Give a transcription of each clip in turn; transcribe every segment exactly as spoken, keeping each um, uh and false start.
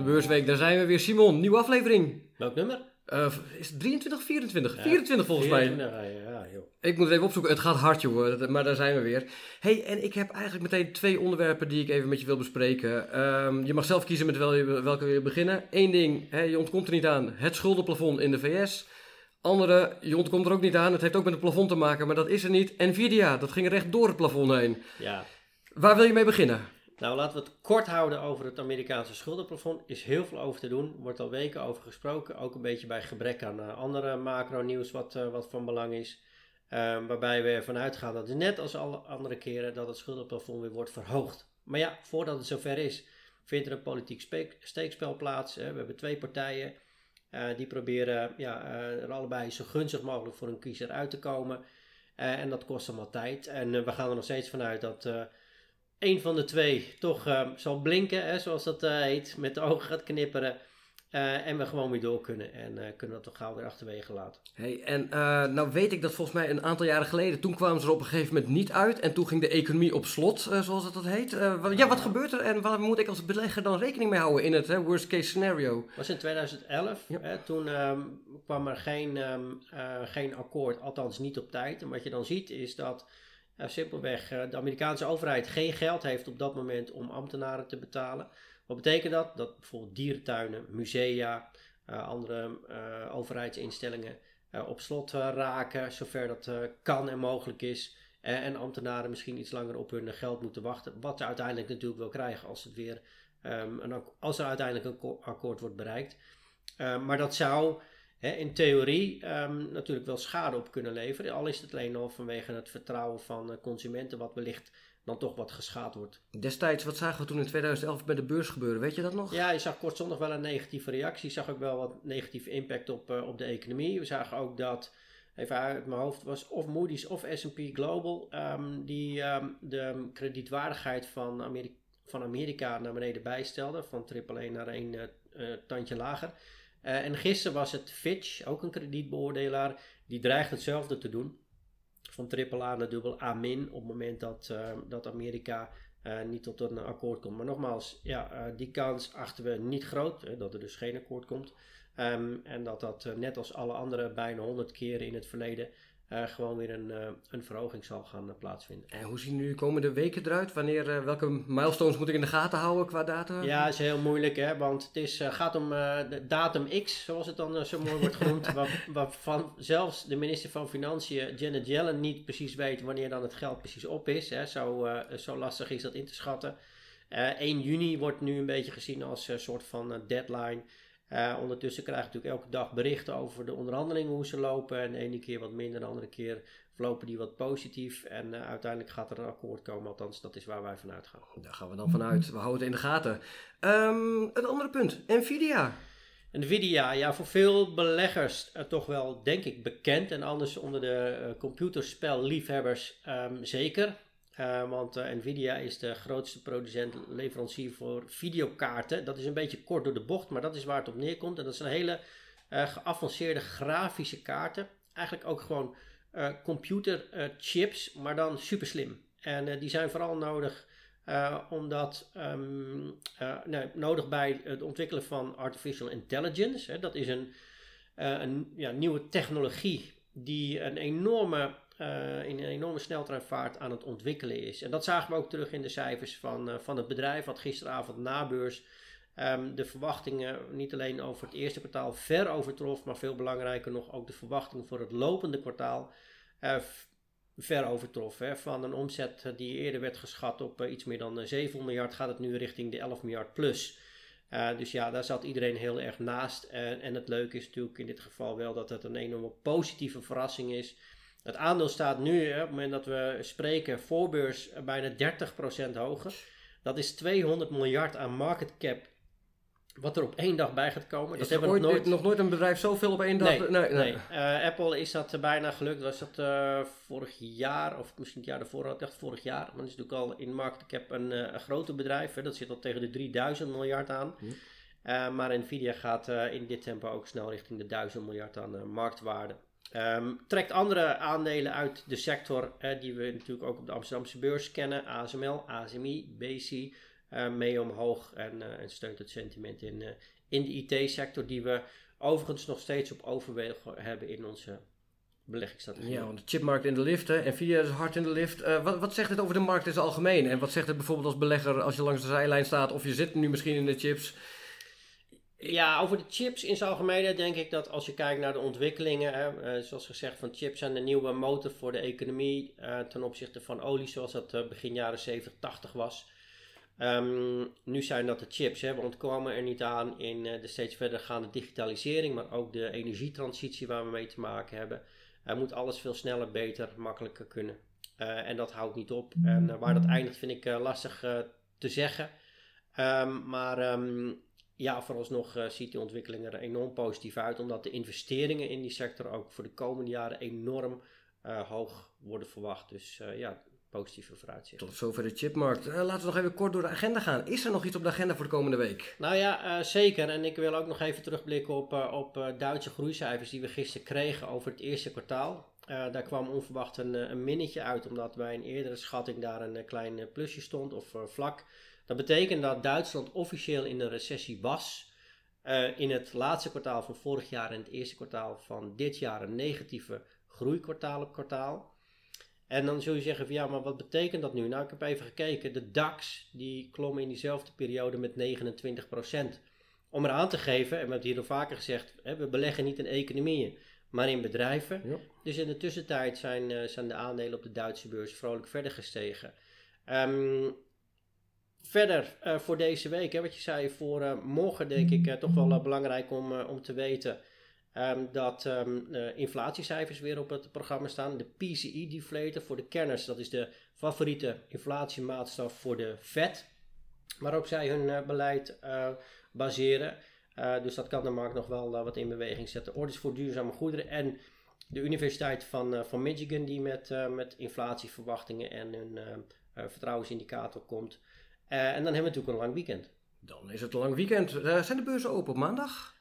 Beursweek, daar zijn we weer. Simon, nieuwe aflevering. Welk nummer? Uh, is het drieëntwintig of vierentwintig? Ja, vierentwintig volgens vierentwintig, mij. Ja, ja, joh. Ik moet het even opzoeken. Het gaat hard, jongen. Maar daar zijn we weer. Hey, en ik heb eigenlijk meteen twee onderwerpen die ik even met je wil bespreken. Um, je mag zelf kiezen met wel je, welke wil je beginnen. Eén ding, hè, je ontkomt er niet aan. Het schuldenplafond in de V S. Andere, je ontkomt er ook niet aan. Het heeft ook met het plafond te maken, maar dat is er niet. Nvidia, dat ging recht door het plafond heen. Ja. Waar wil je mee beginnen? Nou, laten we het kort houden over het Amerikaanse schuldenplafond. Er is heel veel over te doen. Er wordt al weken over gesproken. Ook een beetje bij gebrek aan uh, andere macro-nieuws wat, uh, wat van belang is. Uh, waarbij we ervan uitgaan dat het net als alle andere keren dat het schuldenplafond weer wordt verhoogd. Maar ja, voordat het zover is, vindt er een politiek spe- steekspel plaats. Hè. We hebben twee partijen uh, die proberen ja, uh, er allebei zo gunstig mogelijk voor een kiezer uit te komen. Uh, en dat kost allemaal tijd. En uh, we gaan er nog steeds vanuit dat... Uh, Eén van de twee toch uh, zal blinken, hè, zoals dat uh, heet, met de ogen gaat knipperen. Uh, en we gewoon weer door kunnen. En uh, kunnen dat toch gauw weer achterwege laten. Hey, en uh, nou weet ik dat volgens mij een aantal jaren geleden, toen kwamen ze er op een gegeven moment niet uit. En toen ging de economie op slot, uh, zoals het dat heet. Uh, wat, ja, wat gebeurt er en waar moet ik als belegger dan rekening mee houden in het hè, worst case scenario? Dat was in tweeduizend elf. Ja. Hè, toen um, kwam er geen, um, uh, geen akkoord, althans niet op tijd. En wat je dan ziet is dat... Uh, simpelweg uh, de Amerikaanse overheid geen geld heeft op dat moment om ambtenaren te betalen. Wat betekent dat? Dat bijvoorbeeld dierentuinen, musea, uh, andere uh, overheidsinstellingen uh, op slot uh, raken, zover dat uh, kan en mogelijk is. Uh, en ambtenaren misschien iets langer op hun geld moeten wachten. Wat ze uiteindelijk natuurlijk wel krijgen als, het weer, um, een, als er uiteindelijk een akkoord wordt bereikt. Uh, maar dat zou... He, in theorie um, natuurlijk wel schade op kunnen leveren. Al is het alleen al vanwege het vertrouwen van uh, consumenten wat wellicht dan toch wat geschaad wordt. Destijds, wat zagen we toen in tweeduizend elf bij de beurs gebeuren? Weet je dat nog? Ja, je zag kortstondig wel een negatieve reactie. Je zag ook wel wat negatieve impact op, uh, op de economie. We zagen ook dat, even uit mijn hoofd, was of Moody's of S en P Global um, die um, de kredietwaardigheid van, Ameri- van Amerika naar beneden bijstelden. Van triple A naar één uh, uh, tandje lager. Uh, en gisteren was het Fitch, ook een kredietbeoordelaar, die dreigt hetzelfde te doen. Van triple A naar dubbel A min op het moment dat, uh, dat Amerika uh, niet tot een akkoord komt. Maar nogmaals, ja, uh, die kans achten we niet groot, hè, dat er dus geen akkoord komt. Um, en dat dat uh, net als alle andere bijna honderd keren in het verleden uh, gewoon weer een, uh, een verhoging zal gaan uh, plaatsvinden. En hoe zien nu de komende weken eruit? Wanneer, uh, welke milestones moet ik in de gaten houden qua data? Ja, dat is heel moeilijk, hè, want het is, uh, gaat om uh, de datum X, zoals het dan uh, zo mooi wordt genoemd, waar, waarvan zelfs de minister van Financiën, Janet Yellen, niet precies weet wanneer dan het geld precies op is. Hè. Zo, uh, zo lastig is dat in te schatten. Uh, één juni wordt nu een beetje gezien als een uh, soort van uh, deadline. Uh, ondertussen krijg je natuurlijk elke dag berichten over de onderhandelingen, hoe ze lopen. En de ene keer wat minder, de andere keer verlopen die wat positief. En uh, uiteindelijk gaat er een akkoord komen, althans dat is waar wij vanuit gaan. Daar gaan we dan vanuit. We houden het in de gaten. Um, een andere punt, Nvidia. Nvidia, ja, voor veel beleggers uh, toch wel denk ik bekend. En anders onder de uh, computerspelliefhebbers um, zeker. Uh, want uh, Nvidia is de grootste producent, leverancier voor videokaarten. Dat is een beetje kort door de bocht, maar dat is waar het op neerkomt. En dat zijn hele uh, geavanceerde grafische kaarten. Eigenlijk ook gewoon uh, computerchips, uh, maar dan super slim. En uh, die zijn vooral nodig uh, omdat um, uh, nee, nodig bij het ontwikkelen van artificial intelligence. Hè. Dat is een, uh, een ja, nieuwe technologie die een enorme... Uh, in een enorme sneltreinvaart aan het ontwikkelen is. En dat zagen we ook terug in de cijfers van, uh, van het bedrijf, wat gisteravond na beurs um, de verwachtingen niet alleen over het eerste kwartaal ver overtrof, maar veel belangrijker nog ook de verwachtingen voor het lopende kwartaal uh, f- ver overtrof. Hè. Van een omzet die eerder werd geschat op uh, iets meer dan uh, zeven miljard gaat het nu richting de elf miljard plus. Uh, dus ja, daar zat iedereen heel erg naast. Uh, en het leuke is natuurlijk in dit geval wel dat het een enorme positieve verrassing is. Het aandeel staat nu, hè, op het moment dat we spreken, voorbeurs bijna dertig procent hoger. Dat is tweehonderd miljard aan market cap wat er op één dag bij gaat komen. Is dat er hebben ooit, we nog nooit... nog nooit een bedrijf zoveel op één dag? Nee, nee, nee. nee. Uh, Apple is dat uh, bijna gelukt. Was dat uh, vorig jaar, of misschien het jaar daarvoor, ik dacht vorig jaar. Maar dat is natuurlijk al in market cap een, uh, een groter bedrijf. Hè. Dat zit al tegen de drieduizend miljard aan. Hm. Uh, maar Nvidia gaat uh, in dit tempo ook snel richting de duizend miljard aan uh, marktwaarde. Um, trekt andere aandelen uit de sector uh, die we natuurlijk ook op de Amsterdamse beurs kennen. A S M L, A S M I, B C, uh, mee omhoog en, uh, en steunt het sentiment in, uh, in de I T-sector die we overigens nog steeds op overwegen hebben in onze beleggingsstrategie. Ja, want de chipmarkt in de lift, hè? Nvidia is hard in de lift. Uh, wat, wat zegt het over de markt in het algemeen? En wat zegt het bijvoorbeeld als belegger als je langs de zijlijn staat of je zit nu misschien in de chips? Ja, over de chips in zijn algemeen denk ik dat als je kijkt naar de ontwikkelingen, hè, uh, zoals gezegd van chips zijn de nieuwe motor voor de economie uh, ten opzichte van olie zoals dat uh, begin jaren zeventig, tachtig was. Um, nu zijn dat de chips, hè. We ontkomen er niet aan in uh, de steeds verder gaande digitalisering, maar ook de energietransitie waar we mee te maken hebben. Uh, moet alles veel sneller, beter, makkelijker kunnen. Uh, en dat houdt niet op. En uh, waar dat eindigt vind ik uh, lastig uh, te zeggen. Um, maar um, ja, vooralsnog uh, ziet die ontwikkeling er enorm positief uit, omdat de investeringen in die sector ook voor de komende jaren enorm uh, hoog worden verwacht. Dus uh, ja, positieve vooruitzichten. Tot zover de chipmarkt. Uh, laten we nog even kort door de agenda gaan. Is er nog iets op de agenda voor de komende week? Nou ja, uh, zeker. En ik wil ook nog even terugblikken op, uh, op uh, Duitse groeicijfers die we gisteren kregen over het eerste kwartaal. Uh, daar kwam onverwacht een, een minnetje uit, omdat bij een eerdere schatting daar een, een klein plusje stond of uh, vlak. Dat betekent dat Duitsland officieel in een recessie was. Uh, in het laatste kwartaal van vorig jaar en het eerste kwartaal van dit jaar een negatieve groeikwartaal op kwartaal. En dan zul je zeggen van ja, maar wat betekent dat nu? Nou, ik heb even gekeken. De DAX die klom in diezelfde periode met negenentwintig procent. Om eraan te geven, en we hebben het hier al vaker gezegd, hè, we beleggen niet in economieën, maar in bedrijven. Ja. Dus in de tussentijd zijn, uh, zijn de aandelen op de Duitse beurs vrolijk verder gestegen. Um, verder uh, voor deze week, hè, wat je zei, voor uh, morgen denk ik uh, toch wel uh, belangrijk om, uh, om te weten um, dat um, uh, inflatiecijfers weer op het programma staan. De P C E-deflator voor de kenners, dat is de favoriete inflatiemaatstaf voor de Fed, waarop zij hun uh, beleid uh, baseren. Uh, dus dat kan de markt nog wel uh, wat in beweging zetten. Orders voor duurzame goederen en de Universiteit van, uh, van Michigan die met, uh, met inflatieverwachtingen en een uh, uh, vertrouwensindicator komt. Uh, en dan hebben we natuurlijk een lang weekend. Dan is het een lang weekend. Uh, zijn de beurzen open op maandag?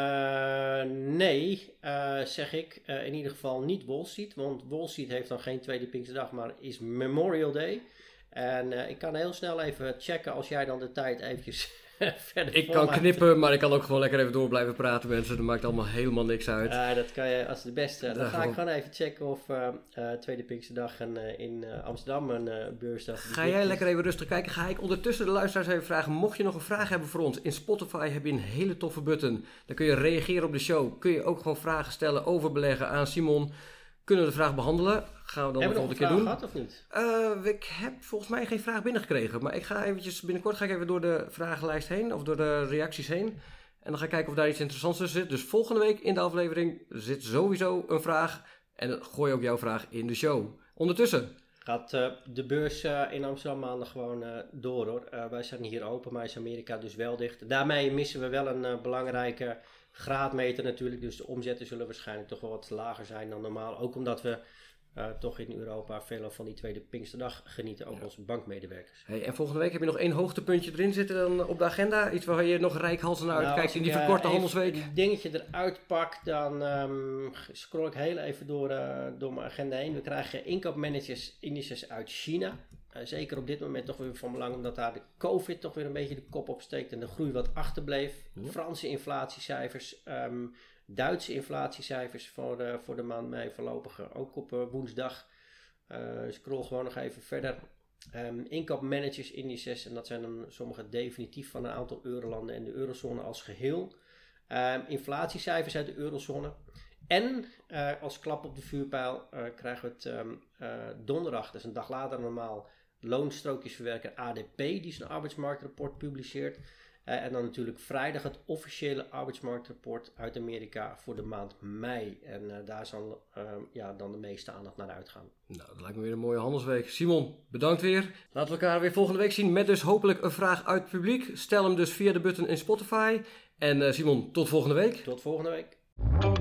Uh, nee, uh, zeg ik. Uh, in ieder geval niet Wall Street. Want Wall Street heeft dan geen tweede Pinksterdag, maar is Memorial Day. En uh, ik kan heel snel even checken als jij dan de tijd eventjes verder Ik kan knippen, maar ik kan ook gewoon lekker even door blijven praten, mensen. Dat maakt allemaal helemaal niks uit. Uh, dat kan je als de beste. Dan Daar ga gewoon... ik gewoon even checken of uh, uh, Tweede Pinksterdag en, uh, in uh, Amsterdam een uh, beursdag. Ga jij lekker even rustig kijken. Ga ik ondertussen de luisteraars even vragen. Mocht je nog een vraag hebben voor ons, in Spotify heb je een hele toffe button. Dan kun je reageren op de show. Kun je ook gewoon vragen stellen over beleggen aan Simon. Kunnen we de vraag behandelen? Gaan we dan Hebben de volgende keer doen. Hebben we nog een vraag gehad of niet? Uh, ik heb volgens mij geen vraag binnengekregen. Maar ik ga eventjes, binnenkort ga ik even door de vragenlijst heen. Of door de reacties heen. En dan ga ik kijken of daar iets interessants tussen zit. Dus volgende week in de aflevering zit sowieso een vraag. En gooi ook jouw vraag in de show. Ondertussen gaat uh, de beurs uh, in Amsterdam maandag gewoon uh, door hoor. Uh, wij zijn hier open, maar is Amerika dus wel dicht. Daarmee missen we wel een uh, belangrijke graadmeter natuurlijk. Dus de omzetten zullen waarschijnlijk toch wel wat lager zijn dan normaal. Ook omdat we uh, toch in Europa veel van die tweede Pinksterdag genieten. Ook ja. onze bankmedewerkers. Hey, en volgende week heb je nog één hoogtepuntje erin zitten dan op de agenda. Iets waar je nog reikhalsend naar uitkijkt nou, in die verkorte uh, handelsweek. Als ik een dingetje eruit pak, dan um, scroll ik heel even door, uh, door mijn agenda heen. We krijgen inkoopmanagers indices uit China. Uh, zeker op dit moment toch weer van belang, omdat daar de COVID toch weer een beetje de kop opsteekt en de groei wat achterbleef. Ja. Franse inflatiecijfers, um, Duitse inflatiecijfers voor de, voor de maand mei voorlopig ook op uh, woensdag. Uh, scroll gewoon nog even verder. Um, inkoopmanagers indices, en dat zijn dan sommige definitief van een aantal eurolanden en de eurozone als geheel. Um, inflatiecijfers uit de eurozone. En uh, als klap op de vuurpijl uh, krijgen we het um, uh, donderdag, dat is een dag later normaal, loonstrookjesverwerker A D P die zijn arbeidsmarktrapport publiceert. Uh, en dan natuurlijk vrijdag het officiële arbeidsmarktrapport uit Amerika voor de maand mei. En uh, daar zal uh, ja, dan de meeste aandacht naar uitgaan. Nou, dat lijkt me weer een mooie handelsweek. Simon, bedankt weer. Laten we elkaar weer volgende week zien met dus hopelijk een vraag uit het publiek. Stel hem dus via de button in Spotify. En uh, Simon, tot volgende week. Tot volgende week.